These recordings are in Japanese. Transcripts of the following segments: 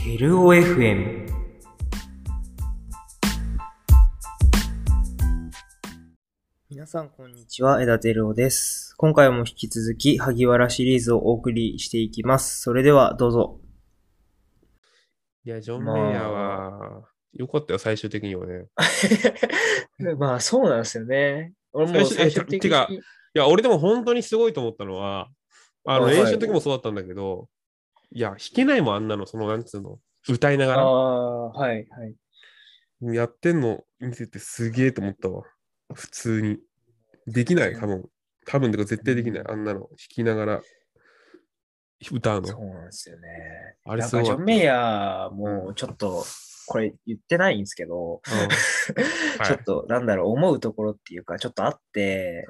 テルオ FM。 皆さんこんにちは、枝テルオです。今回も引き続き萩原シリーズをお送りしていきます。それではどうぞ。 いや、ジョン・メイヤーは、良かったよ、最終的にはね。 まあそうなんですよね。俺も最終的てか、 に。 いや、俺でも本当にすごいと思ったのは、練習の時もそうだったんだけど、いや、弾けないもん、あんなの、なんつうの、歌いながら、 はい、はい。 やってんの見ててすげえと思ったわ。普通に。できない、多分。多分、てか絶対できない。あんなの、弾きながら歌うの。 そうなんですよね。 あれなんかジョン・すごかった。 メイヤーうん。 もちょっと、これ言ってないんですけど、 うん。はい。 ちょっと思うところっていうか、ちょっとあって、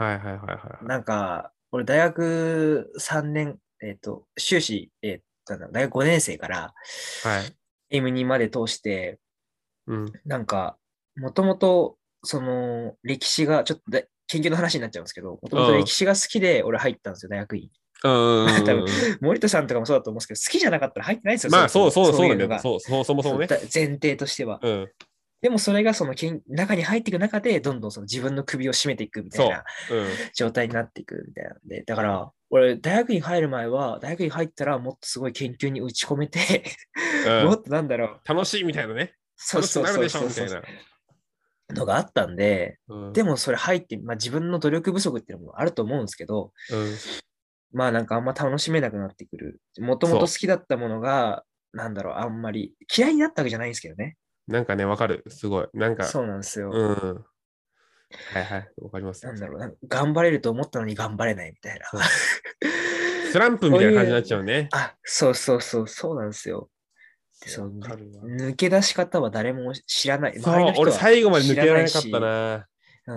はいはいはいはいはなんか、俺大学3年、修士、大学5年生からい。はい。 M2 まで通して、 うん。 なんか、もともと、歴史が、ちょっと研究の話になっちゃうんですけど、もともと歴うん。 史が好きで俺入ったんですよ、大学院。 うん多分、 うんうんうん。 森田さんとかもそうだと思うんですけど、好きじゃなかったら入ってないんですよ、そまあ、 もそも。 そうなんだよ。 そういうのが。 そもそもね。 前提としては。 うん。 でもそれが中に入っていく中で、どんどんその自分の首を絞めていくみたいなそう。うん。 状態になっていくみたいなんで。だから、俺、大学院入る前は、大学院入ったらもっとすごい研究に打ち込めてうもん。 っと楽しいみたいなね。楽しくそうそうなるでしょそうそうそう、 みたいな。 のがあったんで、 うん。 でもそれ入って、まあ自分の努力不足っていうのもあると思うんですけど、 うん。 まあなんかあんま楽しめなくなってくる。もともと好そきだったものが、あんまり嫌いになったわけじゃないんですけどね。 う。なんかね、わかる。すごい。なんか、 そうなんですよ。 うん。はいはい。わかりますよ。 頑張れると思ったのに頑張れないみたいな。 そう。スランプみたいな感じになっそういう、 ちゃうね。 そうそうそう、そうなんですよ。で、 わかるわ。 抜け出し方は誰も知らない。周りそう。俺の人は最後まで抜知らなけられなかったいし、 な。 うん、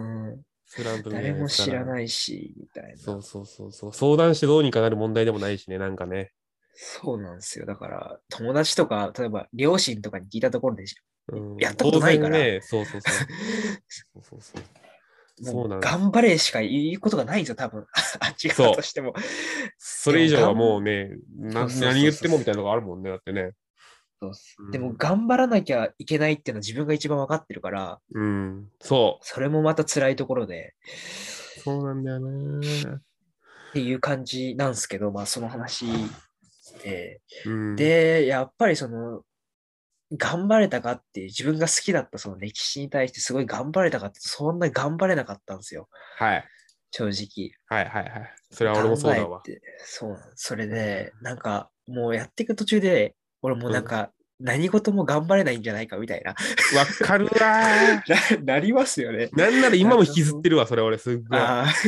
スランプみたいなや誰もつから。 知らないし、みたいな。 そうそうそうそう。相談してどうにかなる問題でもないしね、なんかね。 そうなんですよ。だから、友達とか、例えば両親とかに聞いたところでうん。 やったこと当ないから、 然ね、そうそうそう。そうそうそう。 もうそうなんです。 頑張れしか言うことがないんですよ、多分。あっち側とそう。 しても。 そでも、 れ以上はもうね、 そうそう何言ってそうそう。 もみたいなのがあるもんね、だってね。 でも、 うん。 頑張らなきゃいけないっていうのは自分が一番わかってるから、 うん。そそれもまた辛いところで、 う。そうなんだよな。 っていう感じなんですけど、まあ、その話で、 うん。 で、やっぱり頑張れたかっていう、自分が好きだったその歴史に対してすごい頑張れたかって、そんな頑張れなかったんですよ。 はい。 正直。 はいはいはい。それは俺も考そうだわ。 えて、そうなんそれで、もうやっていく途中で、俺もううん。 何事も頑張れないんじゃないかみたいな、 わかるわー。 なりますよね。 なんなら今も引きずっもう、 てるわ、それ俺すっごい。 ああ、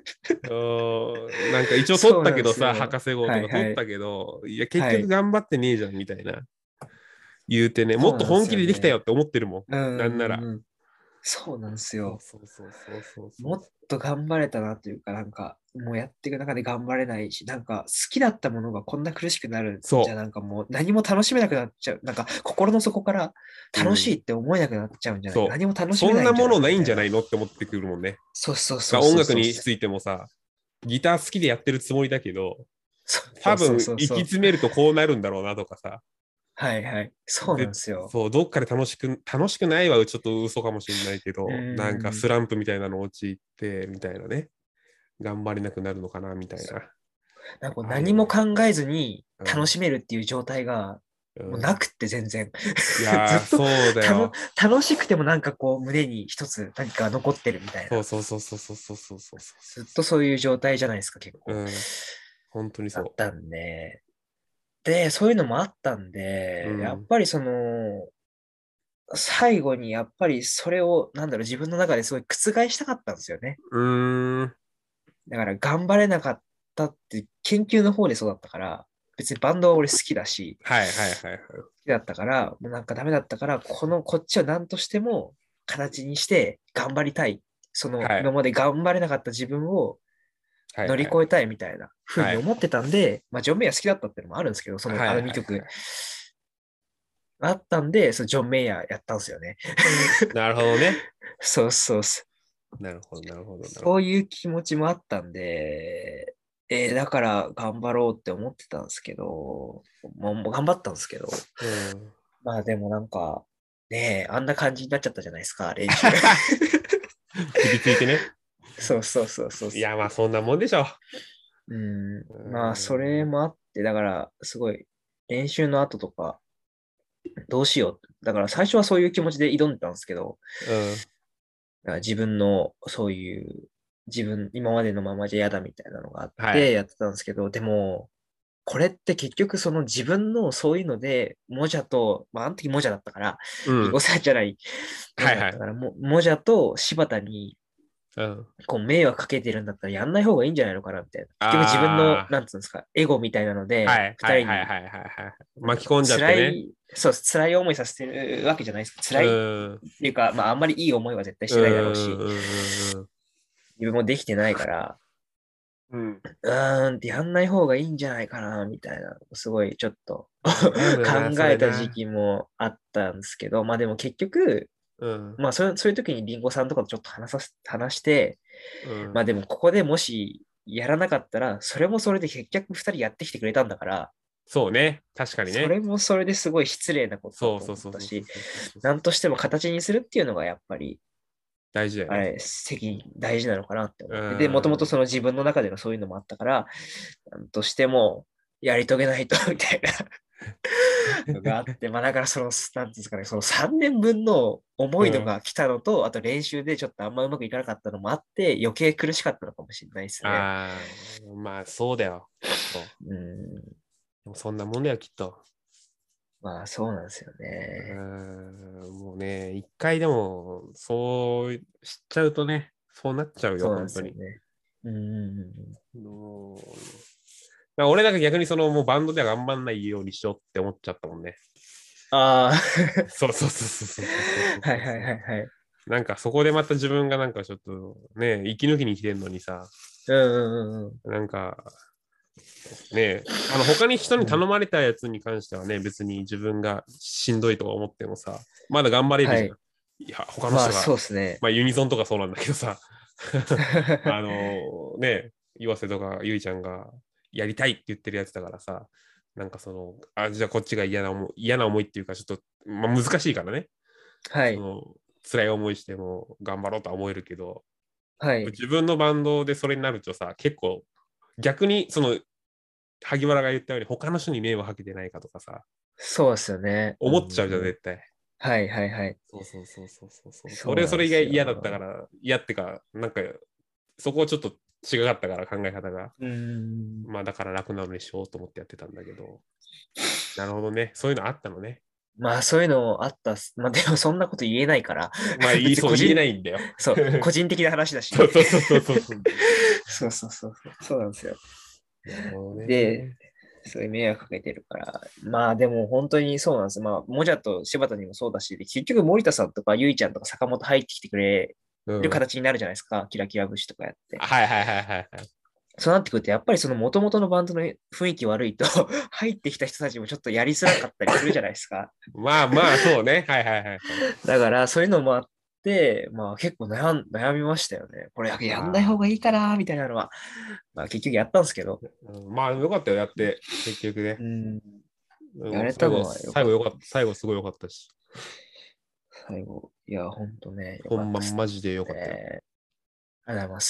なんか一応取っそうなんでたけどさ、 すよ。 博士号とか取ったはいはい。 けど、いや、結はい。 局頑張ってねえじゃん、みたいな。言うてね、もっとそうなんで本気でできたよすよね。 って思ってるもうん。なんなら。 ん。そうなんですそうよ。 そうそうそうそうそう。 もっと頑張れたなというか、もうやっていく中で頑張れないし、好きだったものがこんな苦しくなるんじゃ、 そもう何も楽しめなくなっちゃう。心の底からう。うん。 楽しいって思えなくなっちゃうんじゃないか。 そう。 何も楽しそんめないんじゃないなものないんかみたいな。 じゃないのって思ってくるもんね。 そうそうそう音そうそう。 楽についてもさ、ギター好きでやってるつもりだけど、 そうそう多分そうそう。 行き詰めるとこうなるんだろうなとかさ、 はいはい。そうなんですよ。 そう、どっかで楽しくないはちょっと嘘かもしれないけうど、なんかーん。 スランプみたいなの陥って、みたいなね、頑張れなくなるのかな、みたいな。あるよね。 何も考えずにうん。 楽しめるっていう状態がもうなうん。 くって全然。 いずやー、 っとそうだよ。 楽しくても胸に一つ何か残ってるみたいな。 そうそうそうそうそうそうそうそうずっとそういう状態じゃないですか、結構。 うん。本当にそだったんで。で、そういうのもあったんう。うで、やっん。 ぱり最後にやっぱりそれを、自分の中ですごい覆したかったんですよね。 うーん。 だから頑張れなかったって研究の方でそうだったから、別にバンドは俺好きだし、 はいはいはいはい。 好きだったから、もうダメだったから、こっちは何としても形にして頑張りたい。今はい。 まで頑張れなかった自分を乗りはいはい。 越えたいみたいな風はい。 に思ってたんで、まあ、ジョン・メイヤー好きだったっていうのもあるんですけど、あはいはいはの2曲い。 あったんで、ジョン・メイヤーやったんですよね。 なるほどね。 そうそうそう。 なるほどなるほどなるほど。 そういう気持ちもあったんで、 だから頑張ろうって思ってたんですけど、もう頑張ったんですけど、 うん。 まあでもなんか、ねえ、あんな感じになっちゃったじゃないですか、練習。 ピリついてね。 そうそうそうそう。 いや、まあそんなもんでしょうん。 う。 まあ、それもあって、だから、すごい、練習の後とか、どうしよう。だから最初はそういう気持ちで挑んでたんですけど、 うん。 だから自分のそういう、今までのままじゃ嫌だみたいなのがあっはい。 てやってたんですけど、でも、これって結局その自分のそういうので、もじゃと、まあ、あの時もじゃだったから、 うん。 リンゴさんじゃない、もはいはい。 じゃだったから、もじゃと柴田に、 うん。 こう、迷惑かけてるんだったらやんない方がいいんじゃないのかな、みたいな。結局自分の、 あなんつうんですか、エゴみたいなのあ。はで、 いはい二人に、 はいはいはいはい。 なんか、 巻き込んじゃってね。 そう、辛い思いさせてるわけじゃないですか。 う辛いっん。 ていうか、まあ、あんまりいい思いは絶対しうてないだろうん。 し、 うん。うん。 自分もできてないから、 うん。 ってやんない方がいいんじゃないかな、みたいな、すごいちょっと悩むよな、そ考えた時れな。 期もあったんですけど、まあでも結局、 うん。 まあそういう時にリンゴさんとかとちょっと話して、 うん。 まあでもここでもしやらなかったら、それもそれで結局二人やってきてくれたんだから、 そうね。確かにね。 それもそれですごい失礼なことだとそうそう思ったし、 そうそうそうそうそうそう。 なんとしても形にするっていうのがやっぱり、 大事だよね。 あれ、大事なのかなってう思って。で、もともとん。 その自分の中でのそういうのもあったから、なんとしてもやり遂げないとみたいなのがあって、まあだからその、なんていうんですかね、その3年分の重いのうん。 が来たのと、あと練習でちょっとあんまうまくいかなかったのもあって、余計苦しかったのかもしれないですね。 ああ、まあそうだよ。きっと。 うん。 でもそんなもんだよ、きっと。 まあそうなんですようね。 もうね、一回でも、そうしちゃうとね、そうなっちゃうよ、 そうなんで本当に。 すよね。うん。 の俺なんか逆にそのもうバンドでは頑張んないようにしようって思っちゃったもんね。 ああそうそうそうそうそうそうそうはいはいそうそう。 はいはい。 なんかそこでまた自分がなんかちょっとね、息抜きに来てんのにさ、 うんうんうんなんかね、他に人うん。うん。 に頼まれたやつに関してはね、別に自分がしんどいとか思ってもさ、まだ頑張れるじゃん。 はい。 いや、他のまあ人が、 そうですね。 まあユニゾンとかそうなんだけどさ、ね、岩瀬とかゆいちゃんがやりたいって言ってるやつだからさ、なんかその、じゃあこっちが嫌な思いっていうか、ちょっと、まあ難しいからね、 はい。 その、辛い思いしても頑張ろうとは思えるけど、 はい。 自分のバンドでそれになるとさ、結構、逆に、萩原が言ったように、他の人に迷惑かけてないかとかさ、 そうですよね。う思っちゃうじゃん、 ん。 絶対。 はいはいはい。 そうそうそうそうそうそう。 そうなんですそれ以外嫌だったかよ。 ら、嫌ってか、なんか、そこをちょっと違かったから考え方が。 うん。 まあだから楽なのにしようと思ってやってたんだけど。なるほどね。そういうのあったのね。 まあそういうのあったっす。まあでもそんなこと言えないから。 まあ別にそう言えないんだよ。 そう、個人的な話だし。 そうそうそうそうそうそう。 そうそうそうそう。そうなんですよ。 なるほどで、 ね。 そういう迷惑かけてるから。まあでも本当にそうなんです。まあ、もじゃと柴田にもそうだし、で結局森田さんとかゆいちゃんとか坂本入ってきてくれるうん。 形になるじゃないですか。キラキラ節とかやって。 はいはいはいはいはい。 そうなってくると、やっぱりその元々のバンドの雰囲気悪いと入ってきた人たちもちょっとやりづらかったりするじゃないですか。 まあまあ、そうね。はいはいはいはい。 だからそういうのもあって、まあ結構悩みましたよね。これやんない方がいいあかな、みたいなのは。まあ結局やったんですけど。 まあよかったよ、やって。結局ね。 うん。やうん、 れたのは良かった。 最後すごいよかったし。 最後。いや、ほんとね、良かっほんま、 たっすね。 マジでよかったよ。 ありがとうございます。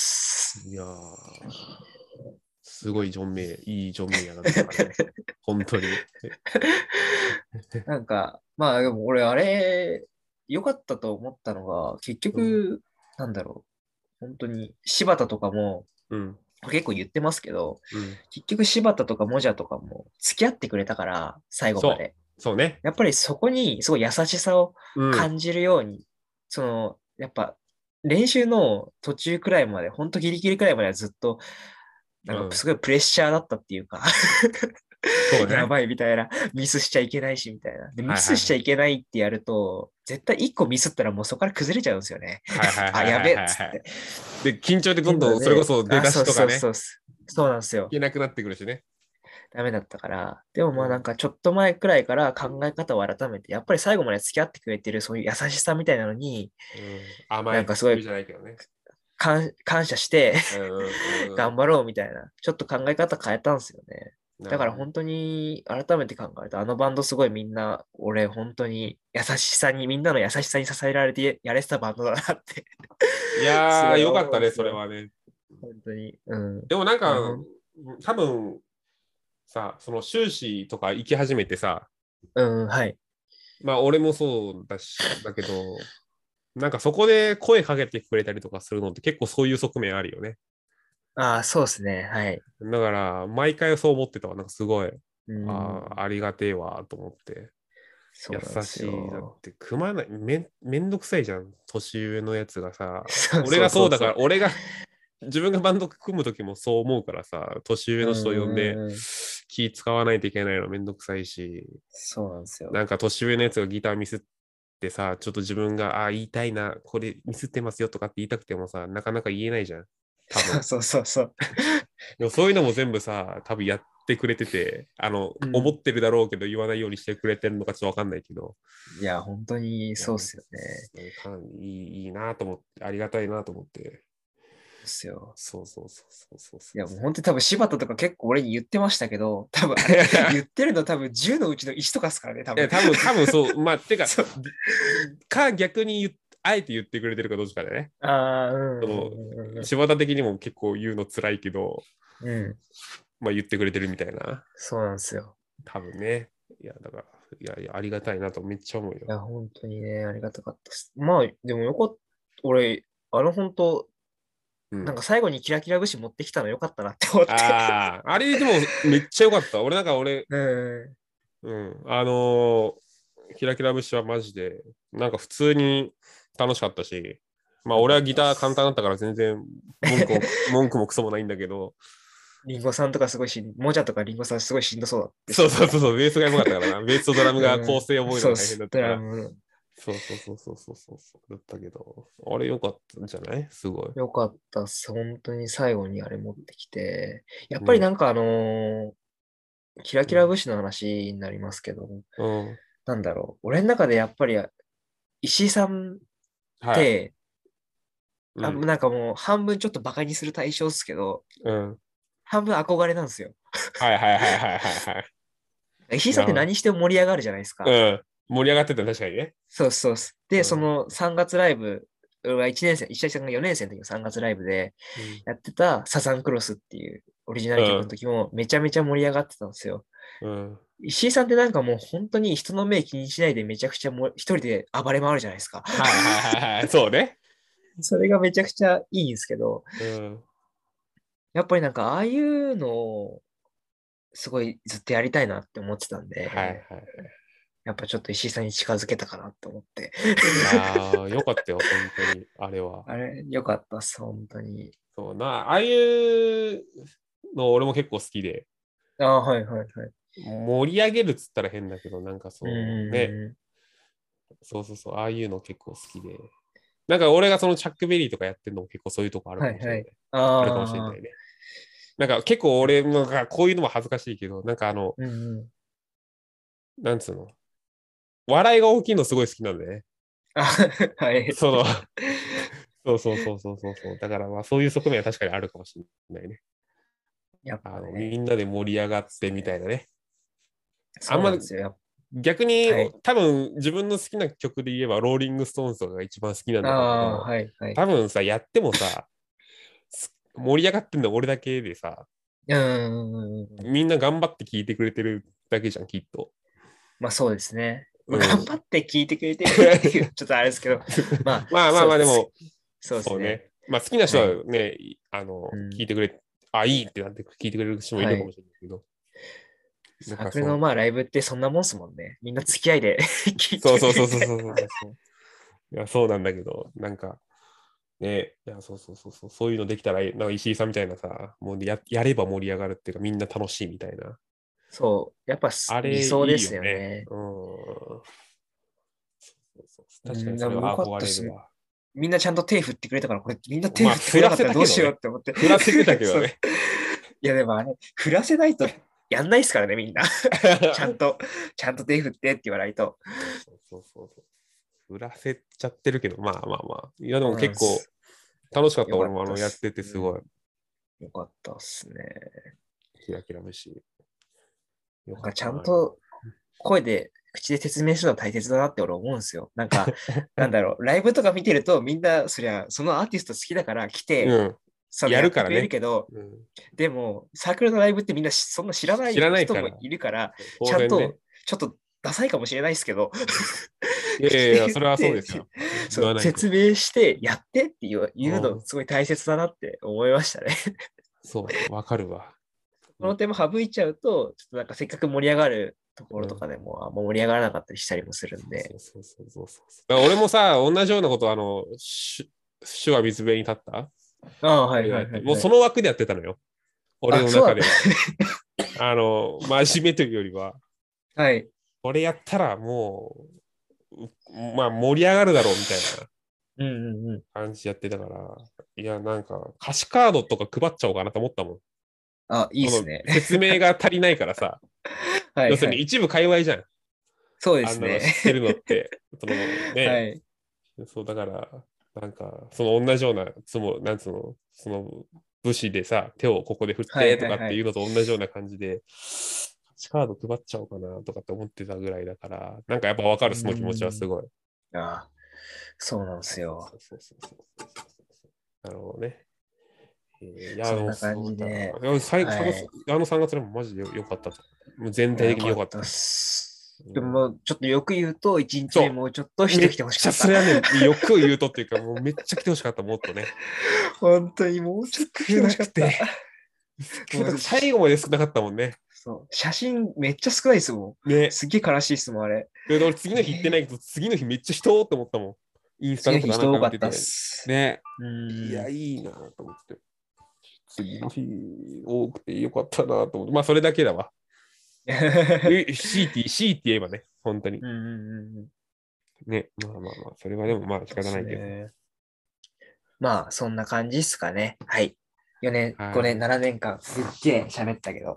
いやー、すごいいいジョンメイヤーだったからね。本当に。 なんか、まあでも俺あれ、良かったと思ったのが、結うん、 局、なんだろう。本当に、柴田とかも、 うん、 結構言ってますけど、 うん。 結局柴田とかもじゃとかも付き合ってくれたから、最後まで。 そうね。 やっぱりそこにすごい優しさをうん、 感じるように、やっぱ練習の途中くらいまで、ほんとギリギリくらいまではずっと、なうん。 んかすごいプレッシャーだったっていうかそうやね。 ばいみたいな、ミスしちゃいけないしみたいな。で、ミはいはいはい。 スしちゃいけないってやると、絶対一個ミスったらもうそこから崩れちゃうんですよね。 はいはいあ、 はいはいやべえっはいはい。 つって。 で、緊張でっていうどんどん、それこので、 そ出だそうしとかね、 そうそう。そうなんですよ。 いけなくなってくるしね。 ダメだったから。でもうん、 まあなんかちょっと前くらいから考え方を改めて、やっぱり最後まで付き合ってくれてるそういう優しさみたいなのに、 うん。甘えなんかすごい、 るじゃないけどね。 感謝して頑う張ろうみたいな、ちょっと考え方変えたんですよね。 ん。なるほど。 だから本当に改めて考えると、あのバンドすごいみんな、俺本当にみんなの優しさに支えられてやれてたバンドだなっていすやー、 ごい思よかったね、 うんですよ。 それはね。 本当に。うん。 でもなんか、 いや、 多分さ、その修士とか行き始めてさ、 うん、はい。 まあ俺もそうだけど、なんかそこで声かけてくれたりとかするのって結構そういう側面あるよね。 ああ、そうですね。はい。 だから、毎回そう思ってたわ。なんかすごい、 うん。 ありがてえわ、と思って。優そうなんですしい。だっよ。 て、組まない、めんどくさいじゃん。年上のやつがさ。 そう俺そうそうそう。 がそうだから、自分がバンド組むときもそう思うからさ、年上うの人呼んでん。 気使わないといけないのめんどくさいし、 そうなんですよ。 なんか年上のやつがギターミスってさ、ちょっと自分が、言いたいな、これミスってますよとかって言いたくてもさ、なかなか言えないじゃん。多分。 そうそうそうそう。 でもそういうのも全部さ、多分やってくれてて、 うん。 思ってるだろうけど言わないようにしてくれてるのかちょっとわかんないけど、 いや、本当にいや、 そうっすよね。 かなりいいなと思って、ありがたいなと思って。 ですよ。 そうそうそうそうそういや、もうそう。 本当に多分柴田とか結構俺に言ってましたけど、多分あれ言ってるの多分10のうちの1とかですからね、多分。 多分そう、まあ、てか、 そう。 逆にあえて言ってくれてるかどっちかでね。 ああ、うその、 ん。 柴田的にも結構言うの辛いけど、 うん。 まあ言ってくれてるみたいな。 そうなんですよ。 多分ね。いや、だから、いや、ありがたいなとめっちゃ思うよ。 いや、本当にね、ありがたかったです。まあ、でもよかった。俺、本当、 うん。 なんか最後にキラキラ節持ってきたのよかったなって思って。 あれでもめっちゃ良かった。 うん。 うん。キラキラ節はマジで、なんか普通に楽しかったし、まあよかっ俺はギター簡単だたっす。 ったから全然文句もクソもないんだけど、 リンゴさんとかすごいもじゃとかリンゴさんすごいしんどそうでしたもんね。 ベースが良かったからな。ベースとドラムが構うん。 成を覚えるのが大変そうっす。ドだったから、 ラム。 だったけど、あれ良かったんじゃないすごい。 よかったっす。本当に最後にあれ持ってきて。やっぱりね。 なんかキラキラうん。 節の話になりますけど、 うん。 なんだろう。俺の中でやっぱり石井さんっはい。 て、 うん。 なんかもう半分ちょっとバカにする対象ですけど、 うん。 半分憧れなんですよ。 はい。 石井さんってなるほど。 何しても盛り上がるじゃないですか。 うん。盛り上がってた確かにね。 そうそうっす。で、そうん。 の3月ライブ、俺が1年生、石井さんが4年生の時の3月ライブでうん。 やってたサザンクロスっていうオリジナル曲のうん。 時もめちゃめちゃ盛り上がってたんですよ。 うん。 石井さんってなんかもう本当に人の目気にしないでめちゃくちゃ一人で暴れ回るじゃないですか。 そうね。 それがめちゃくちゃいいんですけど、 うん。 やっぱりなんかああいうのをすごいずっとやりたいなって思ってたんで、 はい。 やっぱちょっと石井さんに近づけたかなって思って。 いやー、よかったよ、本当に、あれは。 あれ、よかったっす、本当に。 そうな、ああいうの俺も結構好きで、 ああ、はいはいはい。 盛り上げるっつったら変だけど、なんかうんそうね、 うんうん。 ああいうの結構好きで。なんか俺がそのチャックベリーとかやってるのも結構そういうとこあるはいはい。 かもしれない。あるかもしれなああ、 いね。なんか結構俺なんかこういうのも恥ずかしいけど、なんかうんうん。 なんつうの、笑いが大きいのすごい好きなんでね。 あ、はい。 その、だからまあそういう側面は確かにあるかもしれないね。 やっぱね、 みんなで盛り上がってみたいなね。あんまそうなんですよ。 逆にはい。 多分自分の好きな曲で言えばローリング・ストーンズとかが一番好きなんあだろうけあ、 ど、 はいはい。 多分さ、やってもさ、盛り上がってんの俺だけでさ、 うんうんうんうん。 みんな頑張って聴いてくれてるだけじゃん、きっと。 まあそうですね。まあ、 うん。 頑張って聞いてくれてるっていう、ちょっとあれですけど、まあ、そうです。 でも、 そうですね。 そうね。まあ好きな人はい。 はね、 うん。 聞いてくれ、いいってなって聞いてくれる人もいるのかもはい。 しれないけど、なんサークルのかまあライブってそんなもんっすもんね。みんな付き合いで聞いそうてるそうそうそうそうみたいな。 そうそう。いや、そうなんだけど、なんか、ね、いや、そういうのできたら、なんか石井さんみたいなさ、もうやれば盛り上がるっていうか、みんな楽しいみたいな。 そう。やっぱあ理れ、いい想ですよね。 よね。 うん。確かにうん、でもよそれはかったっす。 憧れるわ。 みんなちゃんと手振ってくれたから、これみんな手まあ、 振ってこなかった振らせらどうしようたけどね。 って思って。 振らせてたけそう。 どね。 いやでもあれ、振らせないとやんないっすからね、みんな。ちゃんと、ちゃんと手振ってって言わないと。 そう。振らせちゃってるけど、まあ。いや、でもそうなん結構です。 楽しかった、 よか俺もったっすやっててすごい。 よかったっすね。 キラキラ飯。よなんかちかったな。 ゃんと声で、口で説明するのは大切だなって俺思うんですよ。なんか、なんだろう、ライブとか見てるとみんな、そりゃ、そのアーティスト好きだから来て、 うん。 そのややってくれるるからね。 けど、 うん、 でも、サークルのライブってみんなそんな知らな知い人もらないから。 いるから、ち当然ね。 ゃんと、ちょっとダサいかもしれないですけど、 いやい来てやいや、それはそう言って、 ですよ。 そう、 言わないと。 説明してやってっていうのうん、 すごい大切だなって思いましたね。 そう、わかるわ。 この点も省いちゃうと、ちょっとなんかせっかく盛り上がるところとうん、 かでもあんま盛り上がらなかったりしたりもするんで。 そう。だから俺もさ、同じようなこと、手話水辺に立ったああ、はい俺がやって、もうはいはいはい。 その枠でやってたのよ。俺あ、そうだっの中では。真面目というよりは、 た。はい。 これやったらもまあ盛り上がるだろうみたいなうんうんうん。 感じでやってたから、いや、なんか歌詞カードとか配っちゃおうかなと思ったもん。 あ、いいっそのすね。 説明が足りないからさ、 はいはい。 要するに一部界隈じゃん。 そうであんなのすね。 知ってるのって。そのね、 はい。 そうだから、なんか、その同じようななんつうの、その武士でさ、手をここで振っはいてとはいはい。 かっていうのと同じような感じで、歌詞カード配っちゃおうかなとかって思ってたぐらいだから、なんかやっぱわかうる、その気持ちはーん。 すごい。 あ、そうなんですよ。 なるほどね。いや、でもそんな感そうだじで。 な。いやはい。 3月でもマジで良かったと。もう全いや、 体よかったっ的に良かった。 す。でうん、 も、ちょっとよく言うと、一日目そもうちょっとう。めっしてきてほしかちゃった。 それはね、よく言うとっていうか、もうめっちゃ来てほしかった、もっとね。 本当にもうちょっと来て少ほしかった。 なくて。 もう最後まで少なかったもんね。 そう。写真めっちゃ少ないですもん。 ね。 すっげえ悲しいですもん、あれ。 で、俺次の日行ってないけど、次の日めっちゃ人って思ったもん。インスタ次の日とかなん人多かったっか見てて。 す。 ね。 ういや、 ーん。 いいなと思って。次の日多くてよかったなと思って。まあ、それだけだわ。強いて言えばね、本当に。 うんうんうん。 ね。それはでもまあ仕です方ないけど。 ね。まあ、そんな感じっすかね。はい。4年、5年、 はい。 7年間、すっげえ喋ったけど。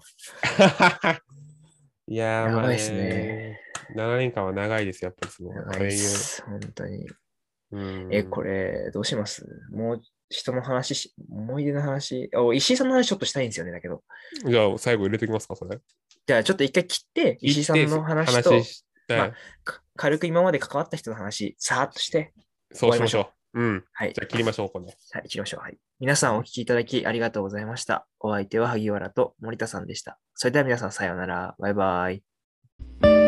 いやー、まあやばいっすね。 ね、7年間は長いですよ、やっぱりその、 長あれいう。 いっす。本当に。 うこん。 れ、どうしますもう人の話思い出の話、石井さんの話ちょっとしたいんですよね、だけど。 じゃあ、最後入れておきますか、それ。 じゃあ、ちょっと一回切って、石井さ切って、 んの話と、 話しまあ、 て、 軽く今まで関わった人の話、さーっとして終わりましょう。 そうしましょう。うん。 はい。 じゃあ切りましょう、これ。 はい、行きましょう。はい。皆さんお聞きいただきありがとうございました。お相手は萩原と森田さんでした。それでは皆さんさようなら。バイバイ。